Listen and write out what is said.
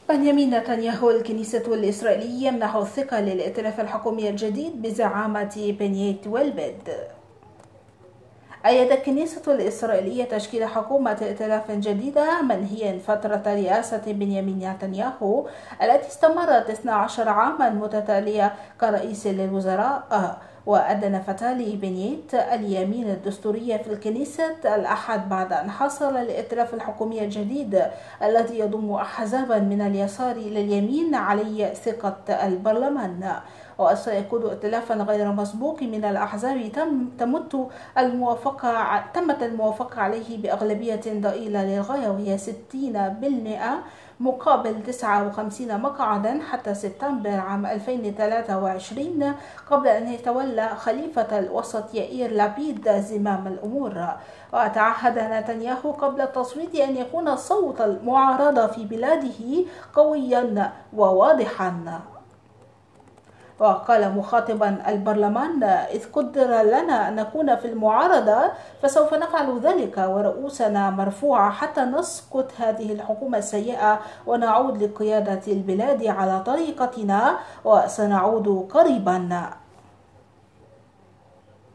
بنيامين نتنياهو الكنيسة الإسرائيلية يمنح الثقة للائتلاف الحكومي الجديد بزعامة بنيت ويلبد. أيدت الكنيسة الإسرائيلية تشكيل حكومة ائتلاف جديدة منهيا فترة رئاسة بنيامين نتنياهو التي استمرت 12 عاما متتالية كرئيس للوزراء. وأدى نفتالي بنيت اليمين الدستورية في الكنيسة الأحد بعد أن حصل الائتلاف الحكومي الجديد الذي يضم أحزابا من اليسار إلى اليمين علي ثقة البرلمان، وسيكون ائتلافا غير مسبوق من الأحزاب تمت الموافقة عليه بأغلبية ضئيلة للغاية وهي 60% مقابل 59 مقعدا حتى سبتمبر عام 2023 قبل أن يتولى خليفة الوسط يائير لابيد زمام الأمور. وتعهد نتنياهو قبل التصويت أن يكون صوت المعارضة في بلاده قويا وواضحا. وقال مخاطبا البرلمان: إذ قدر لنا أن نكون في المعارضة فسوف نفعل ذلك ورؤوسنا مرفوعة حتى نسقط هذه الحكومة السيئة ونعود لقيادة البلاد على طريقتنا، وسنعود قريبا.